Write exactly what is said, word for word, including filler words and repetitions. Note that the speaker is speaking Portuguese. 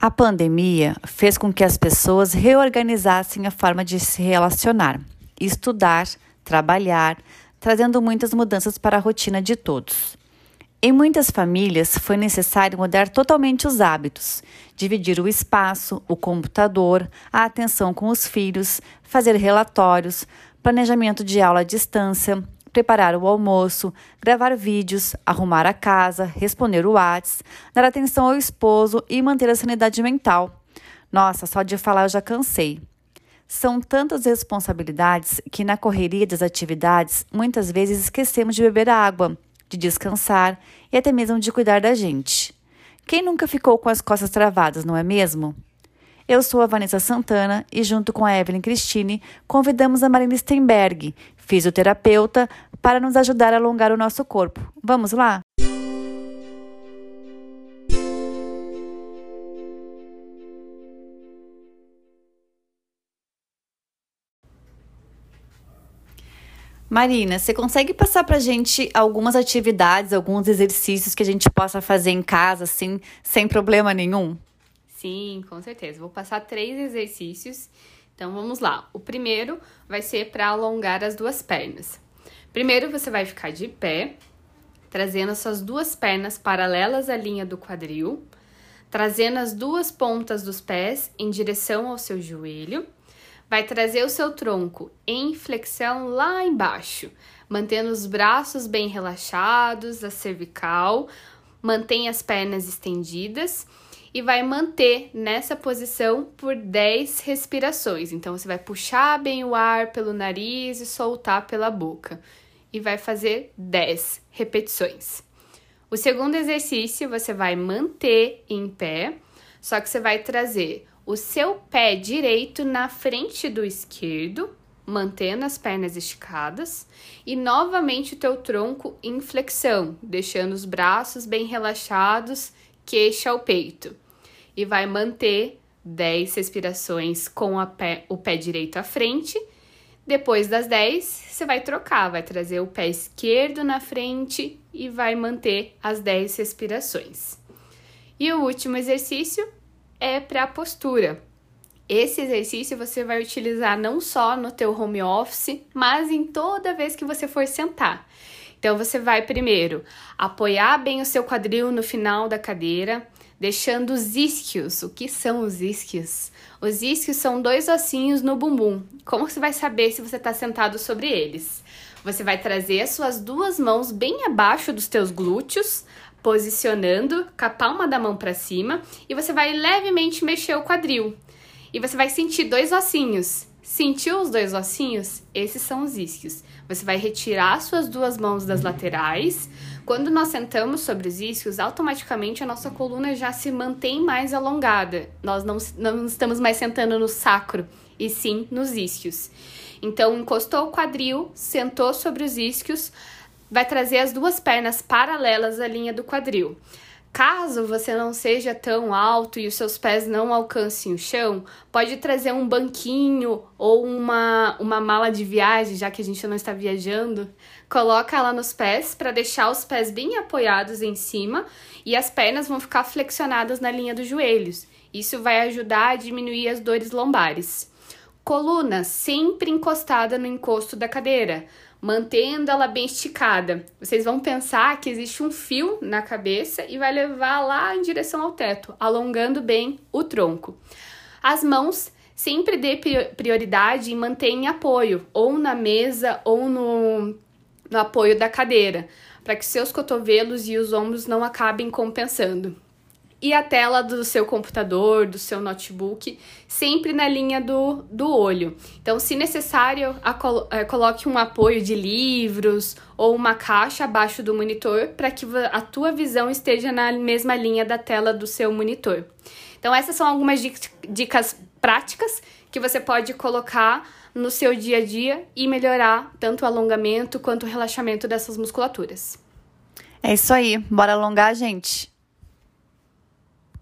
A pandemia fez com que as pessoas reorganizassem a forma de se relacionar, estudar, trabalhar, trazendo muitas mudanças para a rotina de todos. Em muitas famílias, foi necessário mudar totalmente os hábitos, dividir o espaço, o computador, a atenção com os filhos, fazer relatórios, planejamento de aula à distância, preparar o almoço, gravar vídeos, arrumar a casa, responder o WhatsApp, dar atenção ao esposo e manter a sanidade mental. Nossa, só de falar eu já cansei. São tantas responsabilidades que na correria das atividades muitas vezes esquecemos de beber água, de descansar e até mesmo de cuidar da gente. Quem nunca ficou com as costas travadas, não é mesmo? Eu sou a Vanessa Santana e junto com a Evelyn Cristine convidamos a Marina Stenberg, fisioterapeuta, para nos ajudar a alongar o nosso corpo. Vamos lá? Marina, você consegue passar pra gente algumas atividades, alguns exercícios que a gente possa fazer em casa, assim, sem problema nenhum? Sim, com certeza. Vou passar três exercícios. Então, vamos lá. O primeiro vai ser para alongar as duas pernas. Primeiro, você vai ficar de pé, trazendo as suas duas pernas paralelas à linha do quadril, trazendo as duas pontas dos pés em direção ao seu joelho. Vai trazer o seu tronco em flexão lá embaixo, mantendo os braços bem relaxados, a cervical, mantém as pernas estendidas e vai manter nessa posição por dez respirações. Então, você vai puxar bem o ar pelo nariz e soltar pela boca. E vai fazer dez repetições. O segundo exercício, você vai manter em pé, só que você vai trazer o seu pé direito na frente do esquerdo, mantendo as pernas esticadas, e novamente o teu tronco em flexão, deixando os braços bem relaxados, queixo ao peito. E vai manter dez respirações com a pé, o pé direito à frente. Depois das dez, você vai trocar, vai trazer o pé esquerdo na frente e vai manter as dez respirações. E o último exercício é para a postura. Esse exercício você vai utilizar não só no teu home office, mas em toda vez que você for sentar. Então, você vai primeiro apoiar bem o seu quadril no final da cadeira, deixando os isquios. O que são os isquios? Os isquios são dois ossinhos no bumbum. Como você vai saber se você está sentado sobre eles? Você vai trazer as suas duas mãos bem abaixo dos teus glúteos, posicionando com a palma da mão para cima, e você vai levemente mexer o quadril. E você vai sentir dois ossinhos. Sentiu os dois ossinhos? Esses são os isquios. Você vai retirar suas duas mãos das laterais. Quando nós sentamos sobre os isquios, automaticamente a nossa coluna já se mantém mais alongada. Nós não, não estamos mais sentando no sacro, e sim nos isquios. Então, encostou o quadril, sentou sobre os isquios, vai trazer as duas pernas paralelas à linha do quadril. Caso você não seja tão alto e os seus pés não alcancem o chão, pode trazer um banquinho ou uma, uma mala de viagem, já que a gente não está viajando. Coloca ela nos pés para deixar os pés bem apoiados em cima e as pernas vão ficar flexionadas na linha dos joelhos. Isso vai ajudar a diminuir as dores lombares. Coluna sempre encostada no encosto da cadeira, mantendo ela bem esticada. Vocês vão pensar que existe um fio na cabeça e vai levar lá em direção ao teto, alongando bem o tronco. As mãos sempre dê prioridade em manter em apoio, ou na mesa ou no, no apoio da cadeira, para que seus cotovelos e os ombros não acabem compensando. E a tela do seu computador, do seu notebook, sempre na linha do, do olho. Então, se necessário, a, a, coloque um apoio de livros ou uma caixa abaixo do monitor para que a tua visão esteja na mesma linha da tela do seu monitor. Então, essas são algumas dicas práticas que você pode colocar no seu dia a dia e melhorar tanto o alongamento quanto o relaxamento dessas musculaturas. É isso aí, bora alongar, gente!